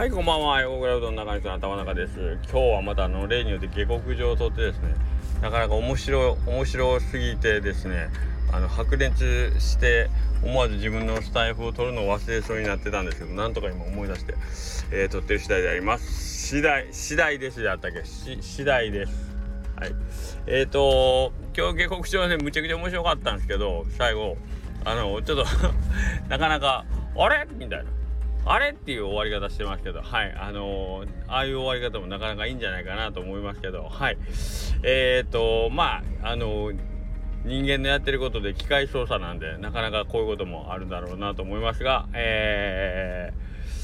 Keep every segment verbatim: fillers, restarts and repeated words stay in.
はい、こんばんは。横倉うどん中西の頭中です。今日はまたあの例によって下克上を取ってですね、なかなか面白い面白すぎてですね、あの白熱して思わず自分のスタイフを取るのを忘れそうになってたんですけど、なんとか今思い出して、えー、撮ってる次第であります。次第次第ですであったっけ？し次第です。はい。えーと今日下克上ね、むちゃくちゃ面白かったんですけど、最後あのちょっとなかなかあれみたいな。あれっていう終わり方してますけど、はい、あのー、ああいう終わり方もなかなかいいんじゃないかなと思いますけど、はい、えーとまああのー、人間のやってることで機械操作なんでなかなかこういうこともあるだろうなと思いますが、え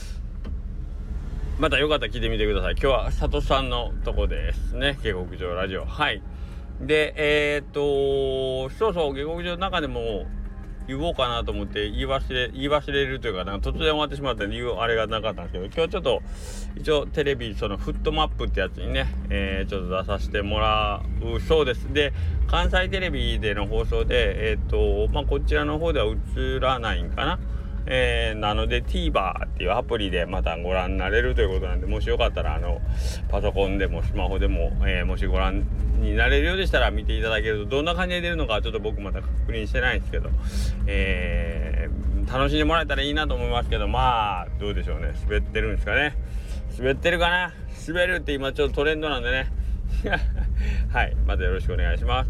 ー、またよかったら聞いてみてください。今日は佐藤さんのとこですね、下克上ラジオ。はい。で、えーとそうそう、下克上の中でも言おうかなと思って言い忘れ言い忘れるというか、なんか突然終わってしまったんで言うあれがなかったんですけど、今日ちょっと一応テレビそのフットマップってやつにね、えー、ちょっと出させてもらうそうです。で、関西テレビでの放送でえっ、ー、とまあこちらの方では映らないんかな、えー、なので TVer っていうアプリでまたご覧になれるということなんで、もしよかったらあのパソコンでもスマホでも、えー、もしご覧になれるようでしたら見ていただけると、どんな感じで出るのかちょっと僕まだ確認してないんですけど、えー、楽しんでもらえたらいいなと思いますけど、まあどうでしょうね、滑ってるんですかね、滑ってるかな、滑るって今ちょっとトレンドなんでねはい、またよろしくお願いします。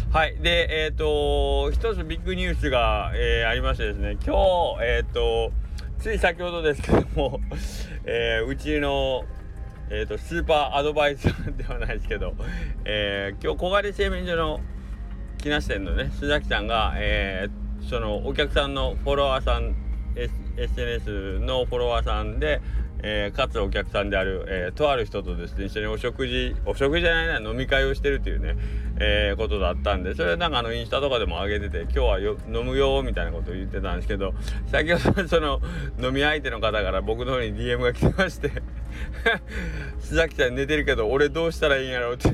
はい。で、えっ、ー、と一つビッグニュースが、えー、ありましてですね、今日えっ、ー、とつい先ほどですけども、えー、うちのえーとスーパーアドバイザーではないですけど、えー、今日小金製麺所の木梨店のね須崎さんが、えー、そのお客さんのフォロワーさん エスエヌエス のフォロワーさんで、えー、かつお客さんである、えー、とある人とですね一緒にお食事お食事じゃないな飲み会をしてるっていうね、えー、ことだったんで、それなんかあのインスタとかでも上げてて、今日はよ飲むよみたいなことを言ってたんですけど、先ほどその飲み相手の方から僕の方に ディーエム が来てまして須崎さん寝てるけど俺どうしたらいいんやろうって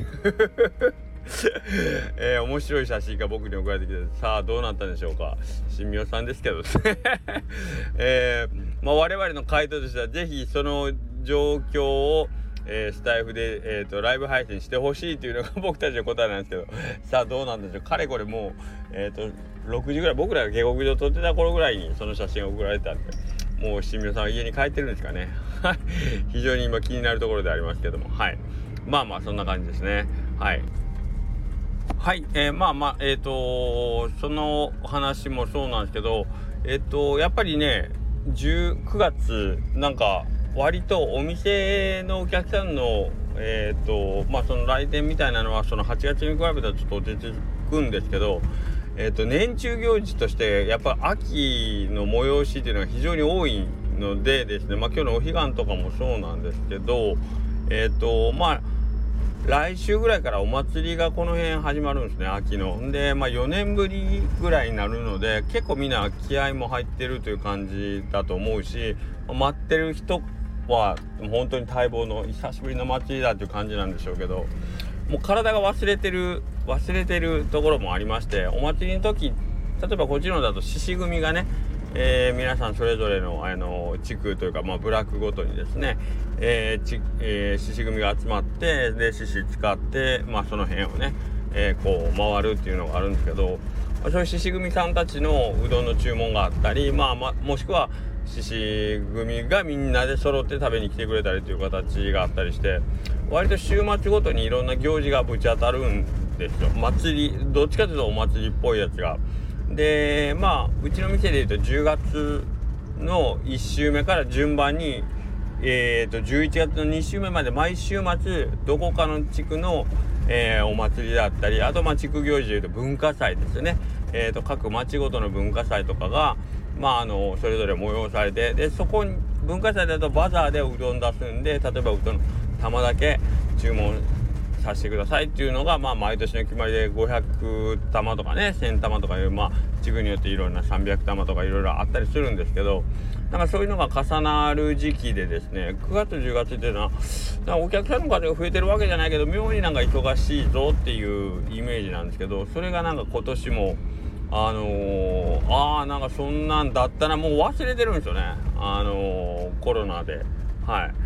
えー、面白い写真が僕に送られてきて、さあどうなったんでしょうか。新名さんですけどですね、えーまあ、我々の回答としてはぜひその状況を、えー、スタイフで、えー、とライブ配信してほしいというのが僕たちの答えなんですけど、さあどうなんでしょう。かれこれもう、えー、とろくじぐらい、僕らが下克上撮ってた頃ぐらいにその写真が送られたんで、もう新名さんは家に帰ってるんですかね非常に今気になるところでありますけども、はい、まあまあそんな感じですね。はいはい、えー、まあまあえっ、ー、とその話もそうなんですけど、えっ、ー、とやっぱりねくがつなんか割とお店のお客さんのえっ、ー、とまあその来店みたいなのはそのはちがつに比べたらちょっと落ち着くんですけど、えっ、と年中行事としてやっぱ秋の催しっていうのが非常に多いのでですね、まあ今日のお彼岸とかもそうなんですけど、えっ、とまあ来週ぐらいからお祭りがこの辺始まるんですね、秋の。で、まあよねんぶりぐらいになるので、結構みんな気合も入ってるという感じだと思うし、待ってる人は本当に待望の久しぶりの祭りだという感じなんでしょうけど、もう体が忘れてる忘れてるところもありまして、お祭りの時、例えばこっちのだと獅子組がね、えー、皆さんそれぞれの、あの地区というか、まあ、ブラックごとにですね、えーちえー、獅子組が集まってで獅子使って、まあ、その辺をね、えー、こう回るっていうのがあるんですけど、まあ、そういう獅子組さんたちのうどんの注文があったり、まあまあ、もしくは獅子組がみんなで揃って食べに来てくれたりという形があったりして、割と週末ごとにいろんな行事がぶち当たるんですよ。祭り、どっちかというとお祭りっぽいやつが。でまあうちの店でいうとじゅうがつのいっ週目から順番に、えー、とじゅういちがつのに週目まで毎週末どこかの地区の、えー、お祭りだったり、あとまあ地区行事でいうと文化祭ですよね、えー、と各町ごとの文化祭とかがまああのそれぞれ催されて、でそこに文化祭だとバザーでうどん出すんで、例えばうどんの玉だけ注文させてくださいっていうのが、まあ毎年の決まりでごひゃくたまとかねせんたまとかいう、まあ地区によっていろんなさんびゃくたまとかいろいろあったりするんですけど、なんかそういうのが重なる時期でですね、くがつじゅうがつっていうのはなんかお客さんの数が増えてるわけじゃないけど、妙になんか忙しいぞっていうイメージなんですけど、それがなんか今年もあのー、あーなんかそんなんだったらもう忘れてるんですよね、あのー、コロナで。はい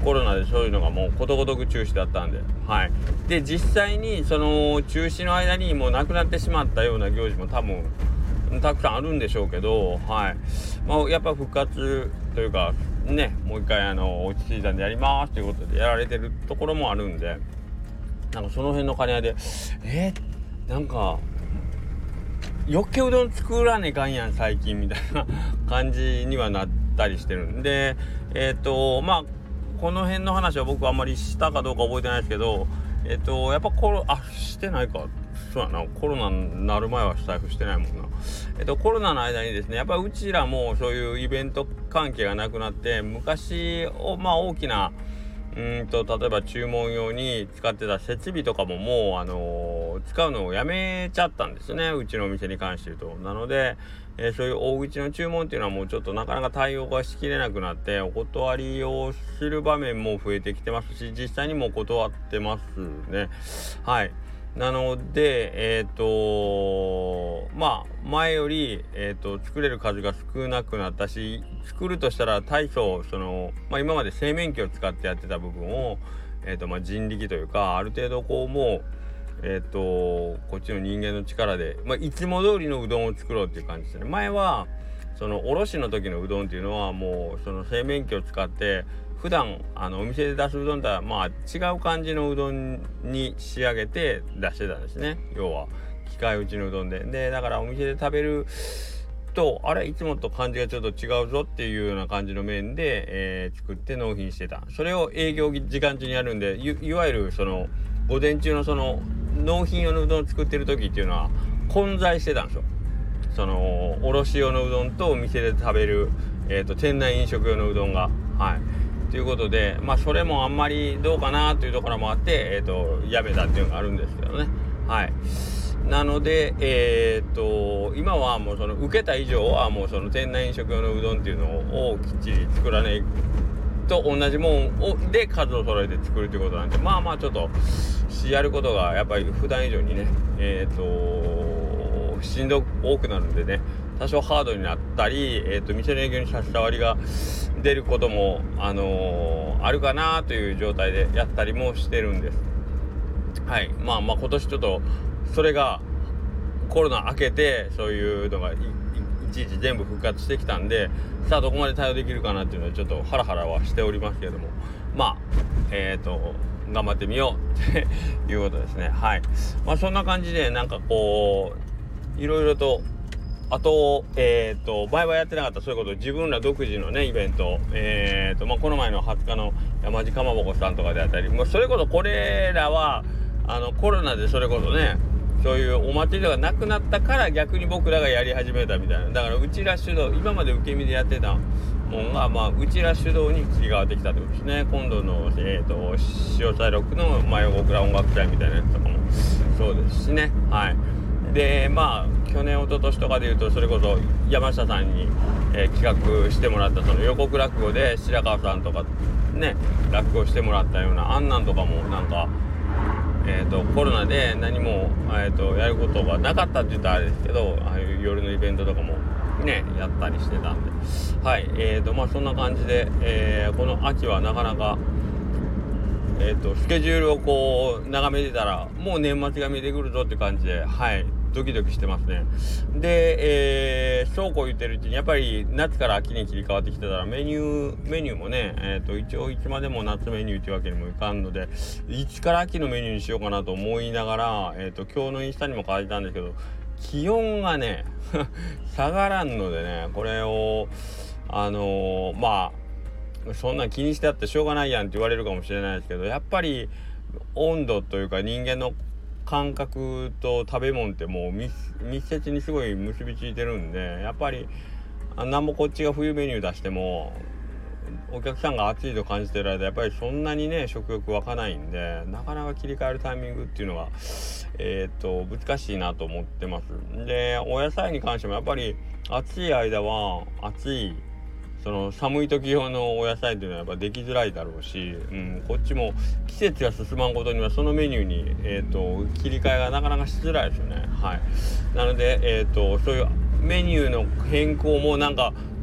コロナでそういうのがもうことごとく中止だったんで、はい。で実際にその中止の間にもうなくなってしまったような行事も多分たくさんあるんでしょうけど、はい。まあやっぱ復活というかね、もう一回あの落ち着いたんでやりますということでやられてるところもあるんで、なんかその辺の兼ね合いでえー、なんか余計うどん作らねえかんやん最近みたいな感じにはなったりしてるんで、えっとまあこの辺の話は僕はあんまりしたかどうか覚えてないですけど、えっとやっぱコロあしてないかそうやな、コロナになる前は財布してないもんな。えっとコロナの間にですね、やっぱうちらもそういうイベント関係がなくなって、昔をまあ大きなうんと例えば注文用に使ってた設備とかももう、あのー、使うのをやめちゃったんですね、うちのお店に関して言うと。なので、えー、そういう大口の注文っていうのはもうちょっとなかなか対応がしきれなくなって、お断りをする場面も増えてきてますし、実際にも断ってますね。はい。なので、えっとまあ前より、えー、と作れる数が少なくなったし、作るとしたら大層その、まあ、今まで製麺機を使ってやってた部分を、えーとまあ、人力というかある程度こうもう、えー、とこっちの人間の力で、まあ、いつも通りのうどんを作ろうっていう感じですね。前はそのおろしの時のうどんっていうのはもうその製麺機を使って普段あのお店で出すうどんとはまあ違う感じのうどんに仕上げて出してたんですね。要は機械打ちのうどんででだからお店で食べるとあれいつもと感じがちょっと違うぞっていうような感じの麺で、えー、作って納品してた。それを営業時間中にやるんで い, いわゆるその午前中のその納品用のうどんを作ってる時っていうのは混在してたんですよ。そのおろし用のうどんとお店で食べる、えー、と店内飲食用のうどんがはいということで、まあそれもあんまりどうかなというところもあって、えっとやめたっていうのがあるんですけどね。はい。なので、えっと今はもうその受けた以上はもうその店内飲食用のうどんっていうのをきっちり作らないと同じもんをで数を揃えて作るということなんで、まあまあちょっとやることがやっぱり普段以上にね、えっとしんど多くなるんでね、多少ハードになったり、えっと店の営業に差し障りが出ることも、あのー、あるかなという状態でやったりもしてるんです。はい。まあまあ今年ちょっとそれがコロナ明けてそういうのがいいちいち全部復活してきたんで、さあどこまで対応できるかなっていうのはちょっとハラハラはしておりますけれども、まあえっと頑張ってみようっていうことですね。はい。まあそんな感じでなんかこういろいろとあと、えっと、前はやってなかったそういうこと、自分ら独自のね、イベント、えっと、まあ、この前のはつかの山地かまぼこさんとかであったり、もうそれこそこれらは、あの、コロナでそれこそね、そういうお祭りがなくなったから逆に僕らがやり始めたみたいな。だから、うちら主導、今まで受け身でやってたもんが、まあ、うちら主導に切り替わってきたってことですね。今度の、えっと、潮サイロックの真横倉音楽祭みたいなやつとかもそうですしね。はい。でまあ去年一昨年とかでいうとそれこそ山下さんに、えー、企画してもらったその予告落語で白川さんとかね落語してもらったようなあんなんとかもなんか、えー、とコロナで何も、えー、とやることがなかったって言ったらあれですけど、ああいう夜のイベントとかもねやったりしてたんで、はいえーとまあそんな感じで、えー、この秋はなかなかえー、とスケジュールをこう眺めてたらもう年末が見えてくるぞって感じで、はいドキドキしてますね。で、えー、そうこう言ってるうちにやっぱり夏から秋に切り替わってきてたらメニューメニューもね、えー、と一応いつまでも夏メニューっていうわけにもいかんので、いつから秋のメニューにしようかなと思いながら、えー、と今日のインスタにも書いたんですけど、気温がね下がらんのでね、これをあのー、まあそんなん気にしてあってしょうがないやんって言われるかもしれないですけど、やっぱり温度というか人間の感覚と食べ物ってもう密接にすごい結びついてるんで、やっぱりなんもこっちが冬メニュー出してもお客さんが暑いと感じてる間やっぱりそんなにね食欲湧かないんで、なかなか切り替えるタイミングっていうのがえっと難しいなと思ってます。でお野菜に関してもやっぱり暑い間は暑いその寒い時用のお野菜っていうのはやっぱできづらいだろうし、うん、こっちも季節が進まんことにはそのメニューに、えー、と切り替えがなかなかしづらいですよね。はい。なので、えー、とそういうメニューの変更もなんか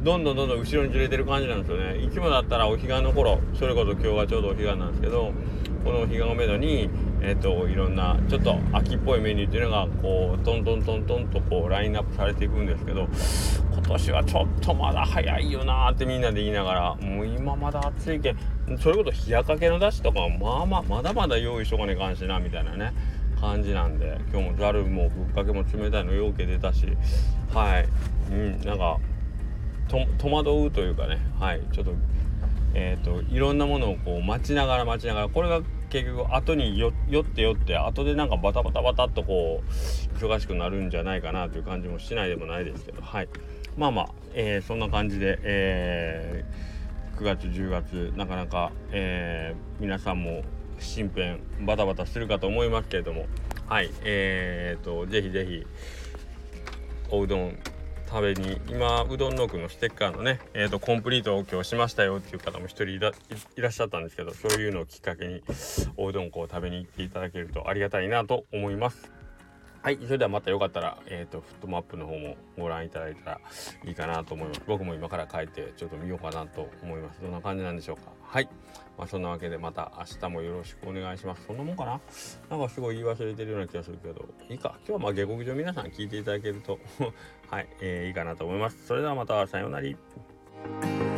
どんどんどんどん後ろにずれてる感じなんですよね。いつもだったらお彼岸の頃、それこそ今日がちょうどお彼岸なんですけど、このお彼岸をめどにえっといろんなちょっと秋っぽいメニューっていうのがこうトントントントンとこうラインナップされていくんですけど、今年はちょっとまだ早いよなーってみんなで言いながら、もう今まだ暑いけん、それこそ冷やかけのだしとかまあまあまだまだ用意しとかねえかんしなみたいなね感じなんで、今日もざるもぶっかけも冷たいのようけ出たし、はい、うん、なんかと戸惑うというかね、はい、ちょっとえっといろんなものをこう待ちながら待ちながら、これが結局後によ寄って寄って後でなんかバタバタバタっとこう忙しくなるんじゃないかなという感じもしないでもないですけど、はい、まあまあ、えー、そんな感じで、えー、くがつじゅうがつなかなか、えー、皆さんも身辺バタバタするかと思いますけれども、はい、えーとぜひぜひおうどん食べに、今うどんの奥のステッカーのね、えーとコンプリートを今日しましたよっていう方も一人い ら, いらっしゃったんですけど、そういうのをきっかけにおうどん粉を食べに行っていただけるとありがたいなと思います。はい、それではまたよかったら、えーと、フットマップの方もご覧いただいたらいいかなと思います。僕も今から帰ってちょっと見ようかなと思います。どんな感じなんでしょうか。はい、まあ、そんなわけでまた明日もよろしくお願いします。そんなもんかな。なんかすごい言い忘れてるような気がするけど、いいか。今日はまあ下克上皆さん聞いていただけるとはい、えー、いいかなと思います。それではまたさようなら。